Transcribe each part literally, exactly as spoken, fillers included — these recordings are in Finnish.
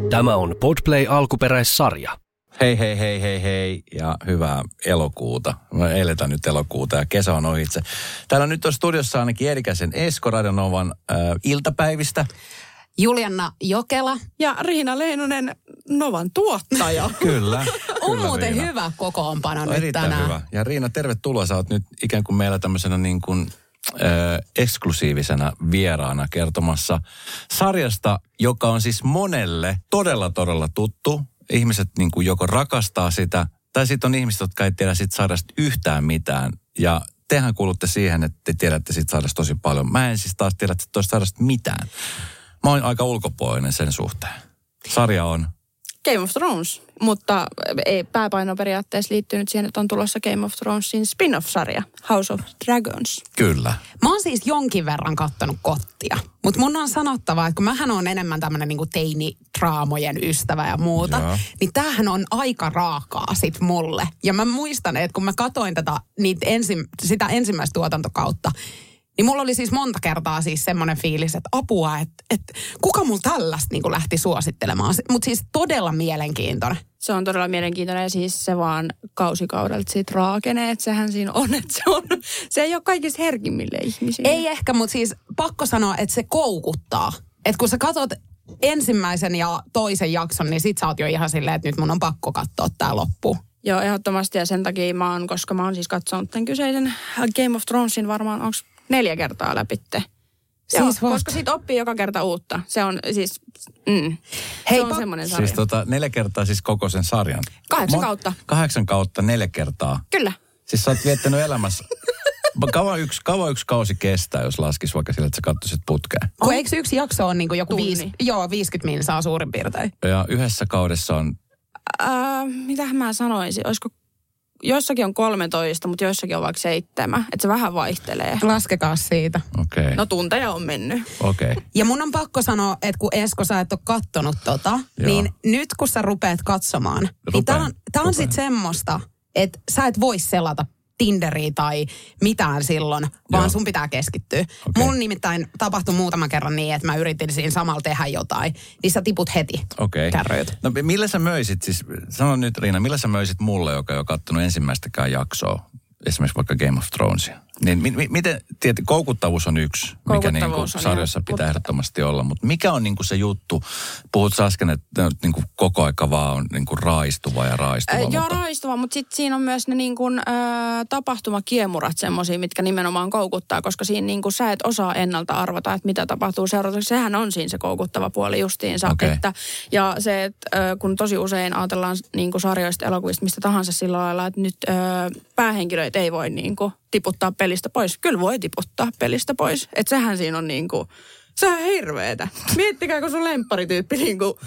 Tämä on Podplay alkuperäissarja. Hei, hei, hei, hei, hei ja hyvää elokuuta. Me eletään nyt elokuuta ja kesä on ohitse. Täällä nyt on studiossa ainakin Eerikäisen Esko Radio Novan äh, iltapäivistä. Julianna Jokela. Ja Riina Leinonen, Novan tuottaja. Kyllä. On kyllä, muuten Riina. hyvä kokoonpano nyt Erittäin tänään. hyvä. Ja Riina, tervetuloa. Sä oot nyt ikään kuin meillä tämmöisenä niin kuin äh, eksklusiivisena vieraana kertomassa sarjasta, joka on siis monelle todella, todella tuttu. Ihmiset niin kuin joko rakastaa sitä, tai sitten on ihmiset, jotka ei tiedä siitä sarjasta yhtään mitään. Ja tehän kuulutte siihen, että te tiedätte siitä sarjasta tosi paljon. Mä en siis taas tiedä tuosta sarjasta mitään. Mä oon aika ulkopuolinen sen suhteen. Sarja on Game of Thrones, mutta ei pääpaino periaatteessa liittynyt siihen, että on tulossa Game of Thronesin spin-off-sarja, House of Dragons. kyllä. Mä oon siis jonkin verran kattonut kottia, mutta mun on sanottava, että kun mähän on enemmän tämmönen niinku teinitraamojen ystävä ja muuta, Joo. niin tämähän on aika raakaa sit mulle. Ja mä muistan, että kun mä katoin tätä, niitä ensi, sitä ensimmäistä tuotantokautta, niin mulla oli siis monta kertaa siis semmoinen fiilis, että apua, että, että kuka mulla tällaista niin kuin lähti suosittelemaan. Mutta siis todella mielenkiintoinen. Se on todella mielenkiintoinen ja siis se vaan kausikaudelta siitä raakenee, että sehän siinä on, että se on, se ei ole kaikista herkimmille ihmisille. Ei ehkä, mutta siis pakko sanoa, että se koukuttaa. Että kun sä katsot ensimmäisen ja toisen jakson, niin sit sä oot jo ihan silleen, että nyt mun on pakko katsoa tää loppu. Joo, ehdottomasti ja sen takia mä oon, koska mä oon siis katsonut tämän kyseisen Game of Thronesin varmaan, onko neljä kertaa läpitte. Siis Joo, koska siitä oppii joka kerta uutta. Se on siis, mm, Hei, se on pa- semmoinen sarja. Siis tota neljä kertaa siis koko sen sarjan. Kahdeksan Mo- kautta. Kahdeksan kautta neljä kertaa. Kyllä. Siis sä oot viettänyt elämässä. Kauan yksi, kauan yksi kausi kestää, jos laskisi vaikka sillä, että sä katsoisit putkeen. Kun eikö yksi jakso on niin kuin joku Tunni. viisi, joo, viisikymmentä minsaa suurin piirtein. Ja yhdessä kaudessa on, Äh, mitä mä sanoisin? Olisiko, jossakin on kolmetoista, mutta jossakin on vaikka seitsemän. Että se vähän vaihtelee. Laskekaa siitä. okei, okay. No tunteja on mennyt. okei. Okay. Ja mun on pakko sanoa, että kun Esko sä et ole kattonut tota, Joo. niin nyt kun sä rupeat katsomaan, niin Rupeen, tää on, tää on rupeen. sit semmoista, että sä et voi selata Tinderiä tai mitään silloin, vaan Joo. sun pitää keskittyä. Okei. Mun nimittäin tapahtui muutaman kerran niin, että mä yritin siinä samalla tehdä jotain, niin sä tiput heti Okei. kärryiltä. No millä sä möisit, siis sano nyt Riina, millä sä möisit mulle, joka ei ole kattonut ensimmäistäkään jaksoa, esimerkiksi vaikka Game of Thronesia? Niin mi- mi- miten, tiedät, koukuttavuus on yksi, mikä Koukuttavuus niinku on sarjassa ihan- pitää ehdottomasti olla, mutta mikä on niinku se juttu? Puhut sä äsken, että niinku koko aika vaan on niinku raistuva ja raistuva. Äh, joo, mutta... raistuva, mutta sitten siinä on myös ne niin kuin, äh, tapahtumakiemurat semmoisia, mitkä nimenomaan koukuttaa, koska siinä niin kuin sä et osaa ennalta arvata, että mitä tapahtuu seuraavaksi. Sehän on siinä se koukuttava puoli justiinsa. Okei. Että, ja se, että äh, kun tosi usein ajatellaan niin kuin sarjoista, elokuvista, mistä tahansa sillä lailla, että nyt äh, päähenkilöitä ei voi niin kuin tiputtaa pelistä pois. Kyllä voi tiputtaa pelistä pois. Että sehän siinä on niin kuin, sehän on hirveetä. Miettikää, kun sun lempparityyppi niin kuin,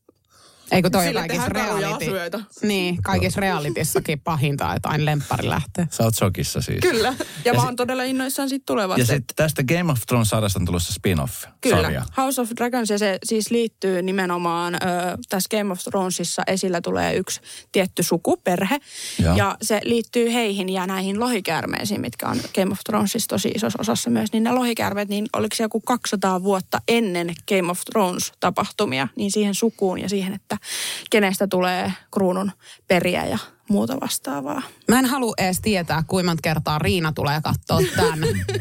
Eikö toi sille kaikissa tehdään karuja reality? asioita. Niin, kaikissa realitissakin pahinta, että aina lemppari lähtee. Sä oot shokissa siis. Kyllä. Ja, Ja mä si- oon todella innoissaan siitä tulevasta. Ja sitten tästä Game of Thrones-sarjasta on tulossa spin-off-sarja. Kyllä. House of Dragons, ja se siis liittyy nimenomaan, ö, tässä Game of Thronesissa esillä tulee yksi tietty sukuperhe. Joo. Ja se liittyy heihin ja näihin lohikäärmeisiin, mitkä on Game of Thronesissa tosi isossa osassa myös. Niin ne lohikäärmeet, niin oliko se joku kaksisataa vuotta ennen Game of Thrones-tapahtumia, niin siihen sukuun ja siihen, että kenestä tulee kruunun periä ja muuta vastaavaa. Mä en halua edes tietää, kuinka monta kertaa Riina tulee katsoa tämän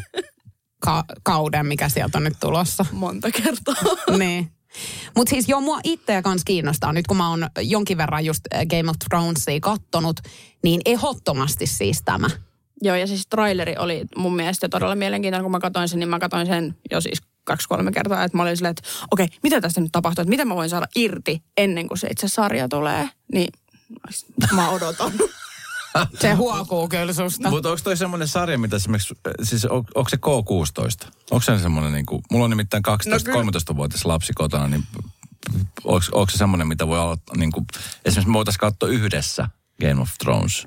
ka- kauden, mikä sieltä on nyt tulossa. Monta kertaa. Niin. Mutta siis joo, mua itseä kans kiinnostaa. Nyt kun mä oon jonkin verran just Game of Thronesia kattonut, niin ehdottomasti siis tämä. Joo, ja siis traileri oli mun mielestä todella mielenkiintoinen, kun mä katsoin sen, niin mä katsoin sen jo siis kaksi-kolme kertaa, että mä olin silleen, että okei, mitä tästä nyt tapahtuu, että mitä mä voin saada irti ennen kuin se itse sarja tulee, niin mä odotan. Se huokuu kyllä susta. Mutta onko toi semmoinen sarja, mitä esimerkiksi, siis on, onko se K kuusitoista? Onko se semmoinen niin kuin, mulla on nimittäin kaksitoista-kolmetoista-vuotias lapsi kotona, niin onko, onko se semmoinen, mitä voi olla, niin kuin, esimerkiksi me voitaisiin katsoa yhdessä Game of Thrones?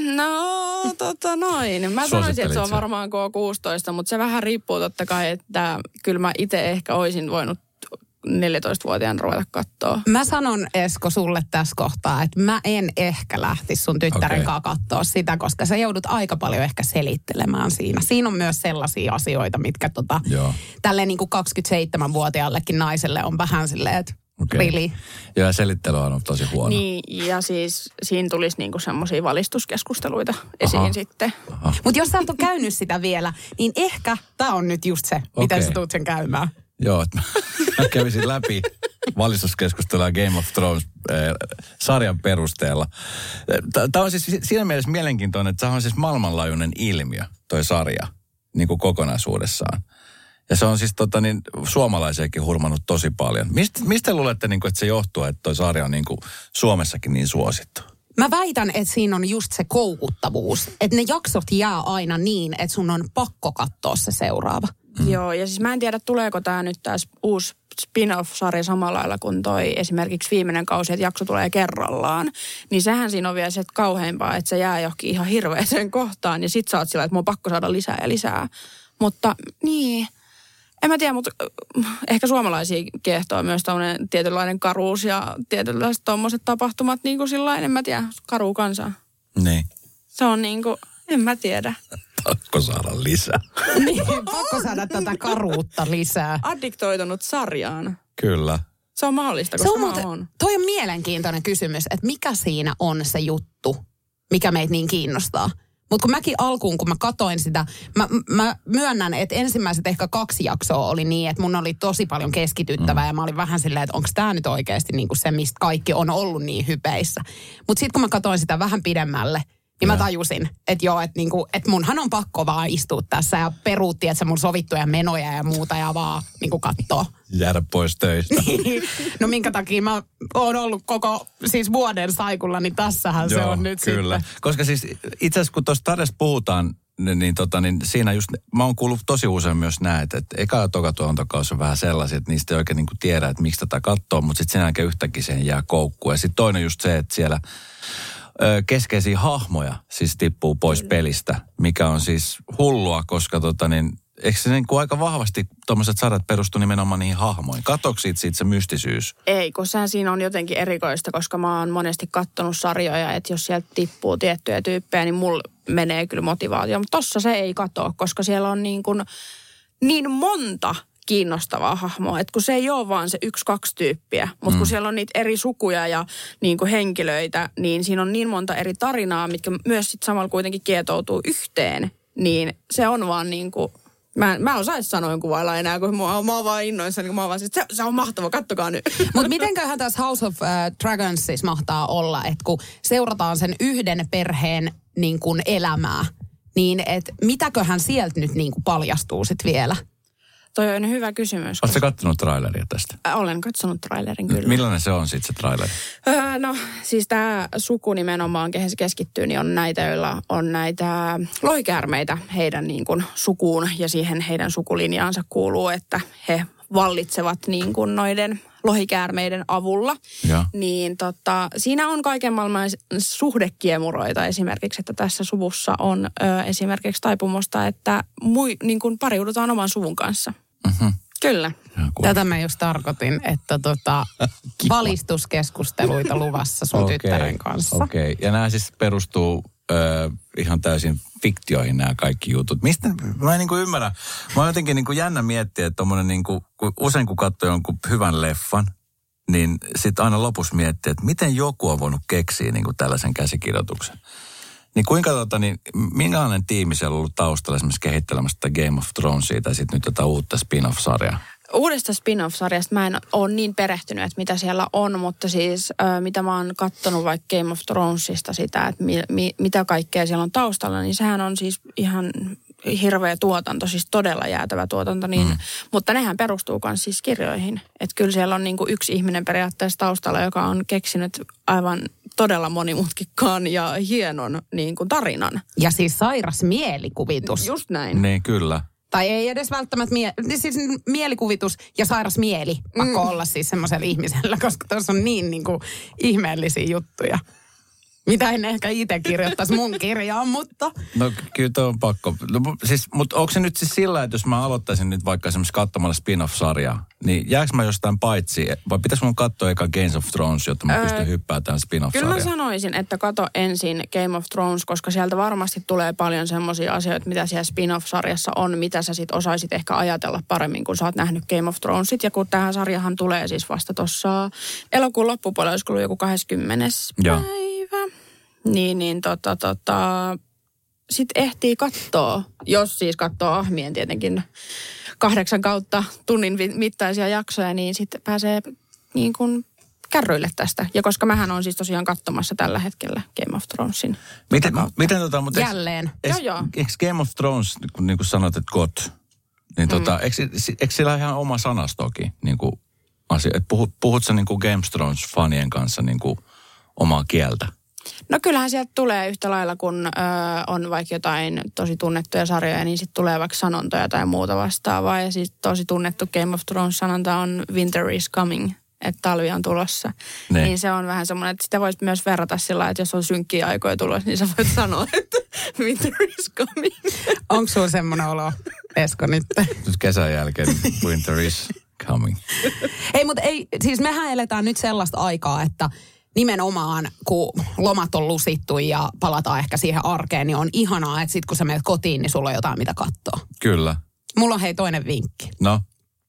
No, tota noin. Mä sanoisin, että se on varmaan K kuusitoista, mutta se vähän riippuu totta kai, että kyllä mä itse ehkä olisin voinut neljätoistavuotiaan ruveta katsoa. Mä sanon, Esko, sulle tässä kohtaa, että mä en ehkä lähtisi sun tyttären Okei. kanssa katsoa sitä, koska sä joudut aika paljon ehkä selittelemään siinä. Siinä on myös sellaisia asioita, mitkä tota, Joo. tälleen niin kuin kaksikymmentäseitsemänvuotiaallekin naiselle on vähän silleen, että Okay. Really? Ja selittely on tosi huono. Niin, ja siis siinä tulisi niinku semmoisia valistuskeskusteluita esiin Aha. sitten. Mutta jos sä et ole käynyt sitä vielä, niin ehkä tämä on nyt just se, okay. miten sä tuut sen käymään. Joo, että mä kävisin läpi valistuskeskustelua Game of Thrones-sarjan perusteella. Tämä on siis siinä mielessä mielenkiintoinen, että tämä on siis maailmanlaajuinen ilmiö, toi sarja, niin kuin kokonaisuudessaan. Ja se on siis tota, niin, suomalaisiakin hurmannut tosi paljon. Mistä, mistä luulette, niin kuin, että se johtuu, että toi sarja on niin kuin Suomessakin niin suosittu? Mä väitän, että siinä on just se koukuttavuus. Että ne jaksot jää aina niin, että sun on pakko katsoa se seuraava. Mm. Joo, ja siis mä en tiedä, tuleeko tämä nyt tämä uusi spin-off-sarja samalla lailla kuin toi esimerkiksi viimeinen kausi, että jakso tulee kerrallaan. Niin sehän siinä on vielä se, että kauheimpaa, että se jää johonkin ihan hirveäseen kohtaan. Ja sit sä oot sillä, että mun on pakko saada lisää ja lisää. Mutta niin, en mä tiedä, mutta ehkä suomalaisia kiehtoo myös tämmöinen tietynlainen karuus ja tietynlaiset tommoset tapahtumat niin kuin sillain, en mä tiedä, karuu kansaa. Niin. Se on niin kuin, en mä tiedä. Pakko saada lisää. Niin, pakko saada tätä karuutta lisää. Addiktoitunut sarjaan. Kyllä. Se on mahdollista, koska se on muuten, mä oon. Toi on mielenkiintoinen kysymys, että mikä siinä on se juttu, mikä meitä niin kiinnostaa. Mutta kun mäkin alkuun, kun mä katoin sitä, mä, mä myönnän, että ensimmäiset ehkä kaksi jaksoa oli niin, että mun oli tosi paljon keskityttävää mm. ja mä olin vähän silleen, että onko tämä nyt oikeasti niinku se, mistä kaikki on ollut niin hypeissä. Mutta sitten kun mä katoin sitä vähän pidemmälle, niin mä tajusin, että joo, että niinku, et munhan on pakko vaan istua tässä ja peruutti, että se mun sovittuja menoja ja muuta ja vaan niinku kattoo. Jäädä pois töistä. No minkä takia mä oon ollut koko siis vuoden saikulla, niin tässähän joo, se on nyt kyllä. Sitten. Koska siis itse asiassa kun tuosta tarjasta puhutaan, niin, tota, niin siinä just, mä oon kuullut tosi usein myös näin, että, että eka ja toka tuotantokausi on vähän sellaisia, että niistä ei oikein niin kuin tiedä, että miksi tätä katsoo, mutta sitten sen jälkeen yhtäkkiä siihen jää koukkuun. Ja sitten toinen just se, että siellä keskeisiä hahmoja siis tippuu pois pelistä, mikä on siis hullua, koska tota niin, eikö se niin kuin aika vahvasti tuommoiset sarjat perustu nimenomaan niihin hahmoihin? Katsoiko siitä, siitä se mystisyys? Ei, kun sehän siinä on jotenkin erikoista, koska mä oon monesti kattonut sarjoja, että jos sieltä tippuu tiettyjä tyyppejä, niin mulla menee kyllä motivaatio. Mutta tossa se ei katoa, koska siellä on niin, kuin, niin monta kiinnostavaa hahmoa, että kun se ei ole vaan se yksi, kaksi tyyppiä, mutta mm. kun siellä on niitä eri sukuja ja niin kuin henkilöitä, niin siinä on niin monta eri tarinaa, mitkä myös sitten samalla kuitenkin kietoutuu yhteen, niin se on vaan niin kuin, mä, mä osaisin sanoin kuvailla enää, kun mä, mä oon vaan innoissani, kun mä oon vaan, se, se on mahtava, kattokaa nyt. Mutta mitenköhän tässä House of uh, Dragons siis mahtaa olla, että kun seurataan sen yhden perheen niin kuin elämää, niin että mitäköhän sieltä nyt niin kuin paljastuu sitten vielä? Toi on hyvä kysymys. Oletko katsonut traileria tästä? Olen katsonut trailerin kyllä. Millainen se on sitten se traileri? Öö, no siis tämä suku nimenomaan, kehen se keskittyy, niin on näitä, joilla on näitä lohikäärmeitä heidän niin kuin sukuun ja siihen heidän sukulinjaansa kuuluu, että he vallitsevat niin kuin noiden lohikäärmeiden avulla. Ja. Niin tota, siinä on kaiken maailman suhdekiemuroita esimerkiksi, että tässä suvussa on ö, esimerkiksi taipumusta, että mui, niin kuin pariudutaan oman suvun kanssa. Mm-hmm. Kyllä. Tätä mä just tarkoitin, että tota, valistuskeskusteluita luvassa sun okay, tyttären kanssa. Okei, okay. Ja nämä siis perustuu ö, ihan täysin fiktioihin nämä kaikki jutut. Mistä, mä en niin kuin ymmärrä. Mä oon jotenkin niin kuin jännä miettiä, että tommonen niin kuin, usein kun katsoo jonkun hyvän leffan, niin sitten aina lopussa miettii, että miten joku on voinut keksiä niin kuin tällaisen käsikirjoituksen. Niin kuinka tota, niin minkälainen tiimi siellä on ollut taustalla esimerkiksi kehittelemässä Game of Thronesia tai sitten nyt tätä uutta spin-off-sarjaa? Uudesta spin-off-sarjasta mä en ole niin perehtynyt, että mitä siellä on, mutta siis äh, mitä mä oon kattonut vaikka Game of Thronesista sitä, että mi, mi, mitä kaikkea siellä on taustalla, niin sehän on siis ihan hirveä tuotanto, siis todella jäätävä tuotanto, niin, mm. mutta nehän perustuu myös siis kirjoihin. Että kyllä siellä on niinku yksi ihminen periaatteessa taustalla, joka on keksinyt aivan todella monimutkikkaan ja hienon niin kuin tarinan. Ja siis sairas mielikuvitus. Just näin. Niin, kyllä. Tai ei edes välttämättä mie- siis mielikuvitus ja sairas mieli pakko mm. olla siis semmoisella ihmisellä, koska tuossa on niin, niin kuin ihmeellisiä juttuja. Mitä en ehkä itse kirjoittaisi mun kirjaan, mutta... No kyllä toi on pakko. No, siis, mutta onko se nyt siis sillä, että jos mä aloittaisin nyt vaikka esimerkiksi katsomalla spin-off-sarjaa, niin jääkö mä jostain paitsi, vai pitäisikö mun katsoa eka Games of Thrones, jotta mä öö, pystyn hyppäämään tämän spin-off-sarjaan? Kyllä mä sanoisin, että kato ensin Game of Thrones, koska sieltä varmasti tulee paljon semmoisia asioita, mitä siellä spin-off-sarjassa on, mitä sä sit osaisit ehkä ajatella paremmin, kun sä oot nähnyt Game of Thronesit. Ja kun tähän sarjahan tulee siis vasta tuossa elokuun loppupuolella, olisiko ollut joku kahdeskymmenes Joo. päivä. Niin, niin tota, tota, sitten ehtii katsoa, jos siis katsoo ahmien tietenkin kahdeksan kautta tunnin mittaisia jaksoja, niin sitten pääsee niin kuin kärryille tästä. Ja koska mähän on siis tosiaan katsomassa tällä hetkellä Game of Thronesin. Miten, miten tota, mutta Jälleen. Eikö, joo, joo. Eikö Game of Thrones, kun niin kuin sanot, että God, niin tota, mm. eikö, eikö sillä ihan oma sanastokin niin kuin asia? Et puhut, puhut sä niin kuin Game of Thrones-fanien kanssa niin kuin omaa kieltä? No kyllähän sieltä tulee yhtä lailla, kun ö, on vaikka jotain tosi tunnettuja sarjoja, niin sitten tulee vaikka sanontoja tai muuta vastaavaa. Ja siis tosi tunnettu Game of Thrones-sanonta on Winter is coming, että talvi on tulossa. Ne. Niin se on vähän semmoinen, että sitä voisi myös verrata sillä lailla, että jos on synkkiä aikoja tulossa, niin sä voit sanoa, että Winter is coming. Onko sulla semmoinen olo, Esko, nyt? Nyt kesän jälkeen Winter is coming. Ei, mutta ei, siis mehän eletään nyt sellaista aikaa, että nimenomaan, kun lomat on lusittu ja palataan ehkä siihen arkeen, niin on ihanaa, että sit kun sä menet kotiin, niin sulla on jotain, mitä katsoa. Kyllä. Mulla on hei toinen vinkki. No?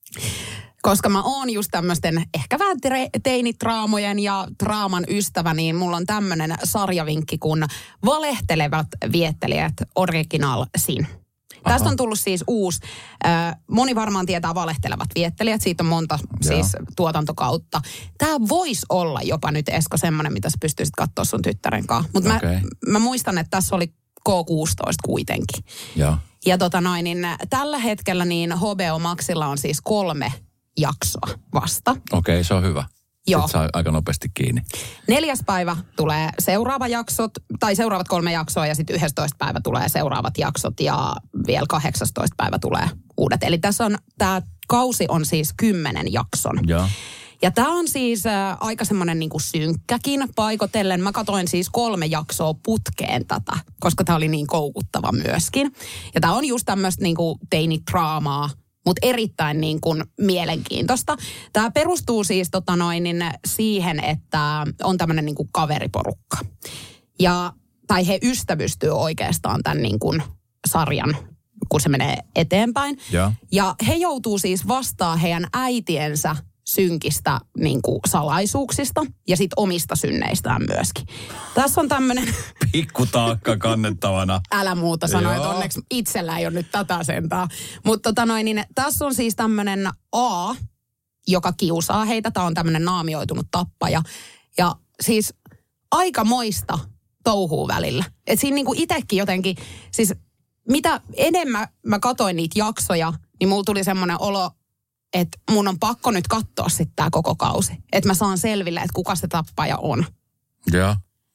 Koska mä oon just tämmöisten ehkä vähän teinitraamojen ja traaman ystävä, niin mulla on tämmönen sarjavinkki kuin Valehtelevat viettelijät Original Sin. Aha. Tästä on tullut siis uusi, äh, moni varmaan tietää Valehtelevat viettelijät, siitä on monta siis tuotantokautta. Tämä voisi olla jopa nyt, Esko, semmoinen, mitä sä pystyisit katsoa sun tyttären kanssa. Mutta okay. mä, mä muistan, että tässä oli K kuusitoista kuitenkin. Ja, ja tota noin, niin tällä hetkellä niin H B O Maxilla on siis kolme jaksoa vasta. Okei, okay, se on hyvä. Joo. Sitten saa aika nopeasti kiinni. Neljäs päivä tulee seuraava jaksot, tai seuraavat kolme jaksoa, ja sitten yhdestoista päivä tulee seuraavat jaksot, ja vielä kahdeksastoista päivä tulee uudet. Eli tässä on, tämä kausi on siis kymmenen jakson. Ja, ja tämä on siis äh, aika semmoinen niinku synkkäkin paikotellen. Mä katsoin siis kolme jaksoa putkeen tätä, koska tämä oli niin koukuttava myöskin. Ja tämä on just tämmöistä niinku teinitraamaa, mutta erittäin niin kuin mielenkiintoista. Tämä perustuu siis tota noin, niin siihen, että on tämmöinen niin kuin kaveriporukka. Ja, tai he ystävystyy oikeastaan tämän niin kuin sarjan, kun se menee eteenpäin. Ja, ja he joutuu siis vastaan heidän äitiensä synkistä niin kuin salaisuuksista ja sitten omista synneistään myöskin. Tässä on tämmöinen... Pikkutaakka kannettavana. Älä muuta sanoa, että onneksi itsellä ei ole nyt tätä sentään. Mutta tota noin, niin tässä on siis tämmöinen A, joka kiusaa heitä. Tämä on tämmöinen naamioitunut tappaja. Ja siis aikamoista touhuu välillä. Että siinä niinku itsekin jotenkin, siis mitä enemmän mä katoin niitä jaksoja, niin mulla tuli semmoinen olo, että mun on pakko nyt katsoa sitten tämä koko kausi. Että mä saan selville, että kuka se tappaja on. Joo.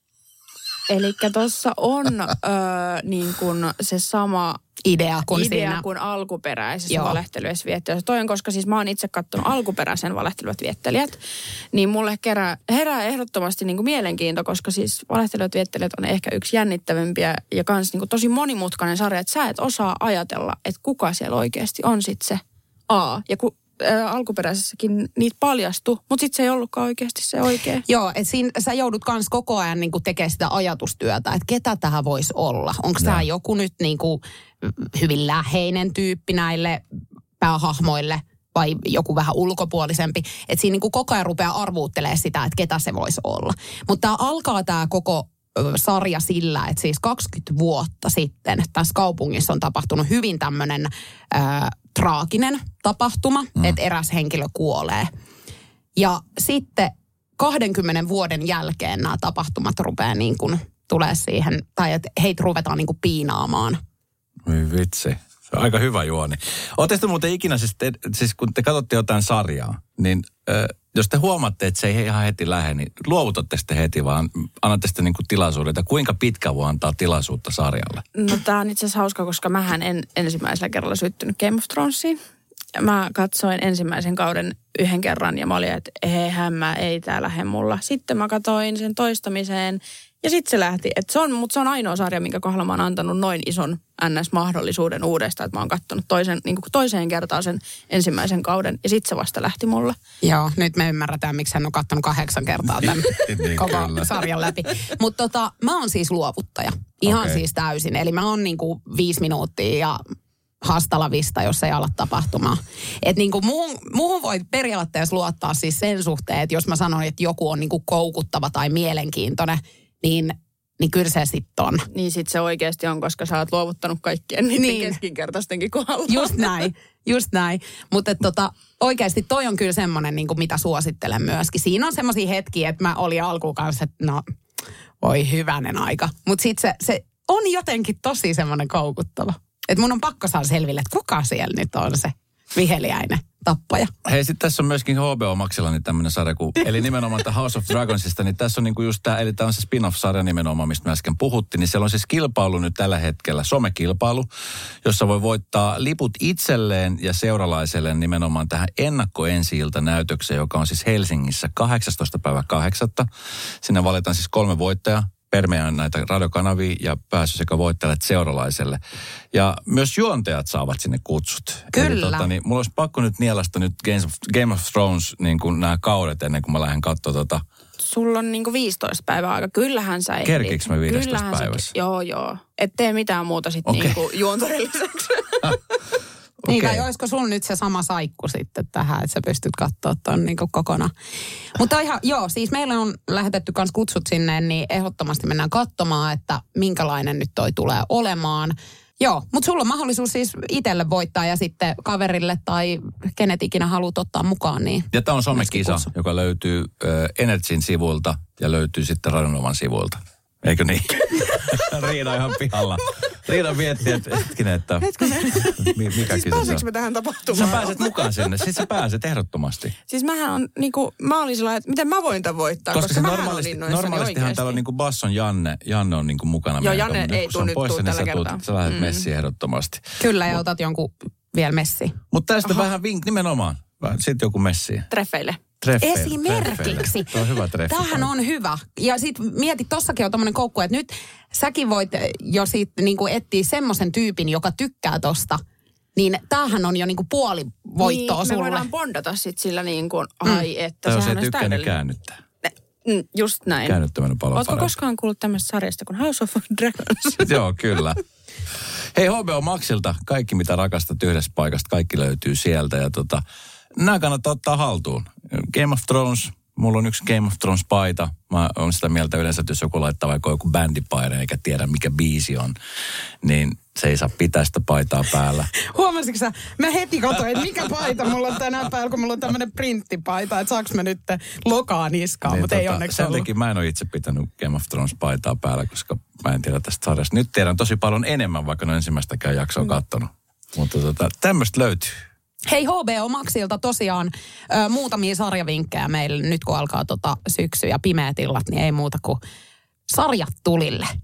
Elikkä tuossa on öö, niin kuin se sama idea kuin, idea siinä. kuin alkuperäisessä Valehtelevat viettelijät. Toi on, koska siis mä oon itse katsonut alkuperäisen Valehtelevat viettelijät, niin mulle kerää, herää ehdottomasti niin kuin mielenkiinto, koska siis Valehtelevat viettelijät on ehkä yksi jännittävimpiä ja kans niin kuin tosi monimutkainen sarja, että sä et osaa ajatella, että kuka siellä oikeasti on sitten se A. Ja kun ä, alkuperäisessäkin niitä paljastui, mutta sitten se ei ollutkaan oikeasti se oikea. Joo, että siinä sä joudut kans koko ajan niinku tekemään sitä ajatustyötä, että ketä tähän voisi olla. Onko tämä joku nyt niinku hyvin läheinen tyyppi näille päähahmoille vai joku vähän ulkopuolisempi. Että siinä niinku koko ajan rupeaa arvuuttelemaan sitä, että ketä se voisi olla. Mutta tämä alkaa tämä koko sarja sillä, että siis kaksikymmentä vuotta sitten tässä kaupungissa on tapahtunut hyvin tämmöinen äh, traaginen tapahtuma, mm. että eräs henkilö kuolee. Ja sitten kahdenkymmenen vuoden jälkeen nämä tapahtumat rupeaa niin kuin tulee siihen, tai että heitä ruvetaan niin kuin piinaamaan. Voi vitsi. Se on aika hyvä juoni. Oletteko te muuten ikinä, siis, te, siis kun te katsotte jotain sarjaa, niin äh, jos te huomaatte, että se ei ihan heti lähde, niin luovutatte sitten heti, vaan annatte sitten niin kuin tilaisuuden, että kuinka pitkä voi antaa tilaisuutta sarjalle? No tää on itse asiassa hauska, koska mähän en ensimmäisellä kerralla syttynyt Game of Thronesiin. mä katsoin ensimmäisen kauden yhden kerran ja mä olin, että eihän mä, ei tää lähde mulla. Sitten mä katsoin sen toistamiseen ja sitten se lähti. Että se on, mutta se on ainoa sarja, minkä kohdalla mä oon antanut noin ison N S-mahdollisuuden uudestaan, että mä oon katsonut toisen, niin kuin toiseen kertaan sen ensimmäisen kauden ja sitten se vasta lähti mulle. Joo, nyt me ymmärretään, miksi hän on katsonut kahdeksan kertaa tämän niin, koko kyllä. sarjan läpi. Mutta tota, mä oon siis luovuttaja. Ihan Okei. siis täysin. Eli mä oon niinku viisi minuuttia ja hastalavista, jos ei ala tapahtumaan. Että niinku muuhun, muuhun voi periaatteessa luottaa siis sen suhteen, että jos mä sanon, että joku on niinku koukuttava tai mielenkiintoinen, niin, niin kyllä se sitten on. Niin sit se oikeasti on, koska sä oot luovuttanut kaikkien niiden Niin. keskinkertaistenkin kohdalla. Just näin, just näin. Mutta tota, oikeasti toi on kyllä semmoinen, niinku, mitä suosittelen myöskin. Siinä on semmoisia hetkiä, että mä olin alkuun kanssa, että no, voi hyvänen aika. Mutta sitten se, se on jotenkin tosi semmoinen koukuttava. Että mun on pakko saada selville, että kuka siellä nyt on se viheliäinen tappaja. Hei, sitten tässä on myöskin H B O Maxilla niin tämmöinen sarja, kun, eli nimenomaan The House of Dragonsista, niin tässä on niinku just tämä, eli tämä on se spin-off-sarja nimenomaan, mistä me äsken puhuttiin, niin siellä on siis kilpailu nyt tällä hetkellä, somekilpailu, jossa voi voittaa liput itselleen ja seuralaiselle nimenomaan tähän ennakko-ensi-ilta-näytökseen, joka on siis Helsingissä kahdeksastoista päivä kahdeksatta Sinne valitaan siis kolme voittajaa. Per meidän näitä radiokanavia ja pääsy sekä voittajalle että seuralaiselle. Ja myös juontajat saavat sinne kutsut. Kyllä. Eli tota, niin, mulla olisi pakko nyt nielasta nyt Game of, Game of Thrones niin kuin nämä kaudet ennen kuin mä lähden katsomaan tota. Sulla on niinku viisitoista päivää aika. Kyllähän sä ehdit. Kerkiinkö mä viidestoista Kyllähän sä- päivässä? Joo, joo. Et tee mitään muuta sit Okei. niinku juontojen lisäksi. Niin, Okei. tai olisiko sulla nyt se sama saikku sitten tähän, että sä pystyt katsoa ton niin kokonaan. Mutta ihan, joo, siis meillä on lähetetty kans kutsut sinne, niin ehdottomasti mennään katsomaan, että minkälainen nyt toi tulee olemaan. Joo, mutta sulla on mahdollisuus siis itselle voittaa ja sitten kaverille tai kenet ikinä haluat ottaa mukaan. Niin Ja tämä on somekisa, Myöskin kutsu. joka löytyy äh, Energyn sivuilta ja löytyy sitten Radionovan sivuilta. Eikö niin? Riina ihan pihalla. Riina miettii, että hetkinen, että mi- mikä Siis kisa se pääseekö on. me tähän Sä tapahtumaan? pääset mukaan sinne, siis sä pääset ehdottomasti. Siis mähän on niinku, mä olin sellainen, että miten mä voin tämän voittaa, Koska, koska, se mähän normaalisti, olin noissani normaalistihan oikeasti. täällä on niinku Basson Janne, Janne on niinku mukana. Joo, meidän Janne kanssa. ei Kun se tuu on nyt poissa, tuu niin tällä sä, kertaa. tuut, sä lähdet Mm. messiin ehdottomasti. kyllä, ja otat jonkun vielä messi. Mutta tästä vähän vink nimenomaan. Sitten joku messiin. Treffeille. Treffeille, Esimerkiksi. treffeille. Tuo on hyvä treffi. Tämähän on hyvä. Ja sit mieti, tossakin on tommonen koukku, että nyt säkin voit jo sit niinku etsiä semmoisen tyypin, joka tykkää tosta. Niin tämähän on jo niinku puoli voittoa niin, sulle. me voidaan bondata sit sillä niin kuin, ai että Tai jos ei sehän olisi tykkää, niin täydellinen. käännyttää. Mm, just näin. Käännyttäminen paljon Ootko parempi. koskaan kuullut tämmöistä sarjasta kuin House of Dragons? Joo, kyllä. Hei, H B O Maxilta, kaikki mitä rakastat yhdestä paikasta, kaikki löytyy sieltä. Ja tota, nämä kannattaa ottaa haltuun. Game of Thrones, mulla on yksi Game of Thrones-paita. Mä oon sitä mieltä yleensä, että jos joku laittaa vaikka joku bändipaidan eikä tiedä mikä biisi on, niin se ei saa pitää sitä paitaa päällä. Huomasitko sä? Mä heti katsoin, että mikä paita mulla on tänään päällä, kun mulla on tämmönen printtipaita, että saaks mä nyt lokaa niskaan, niin, mutta ei onneksi sen ollut. takia mä en ole itse pitänyt Game of Thrones-paitaa päällä, koska mä en tiedä tästä sarjasta. Nyt tiedän tosi paljon enemmän, vaikka en ole ensimmäistäkään jaksoa kattonut. Mutta tota, tämmöistä löytyy. Hei, H B O Maxilta tosiaan ö, muutamia sarjavinkkejä meille nyt, kun alkaa tota syksy ja pimeät illat, niin ei muuta kuin sarjat tulille.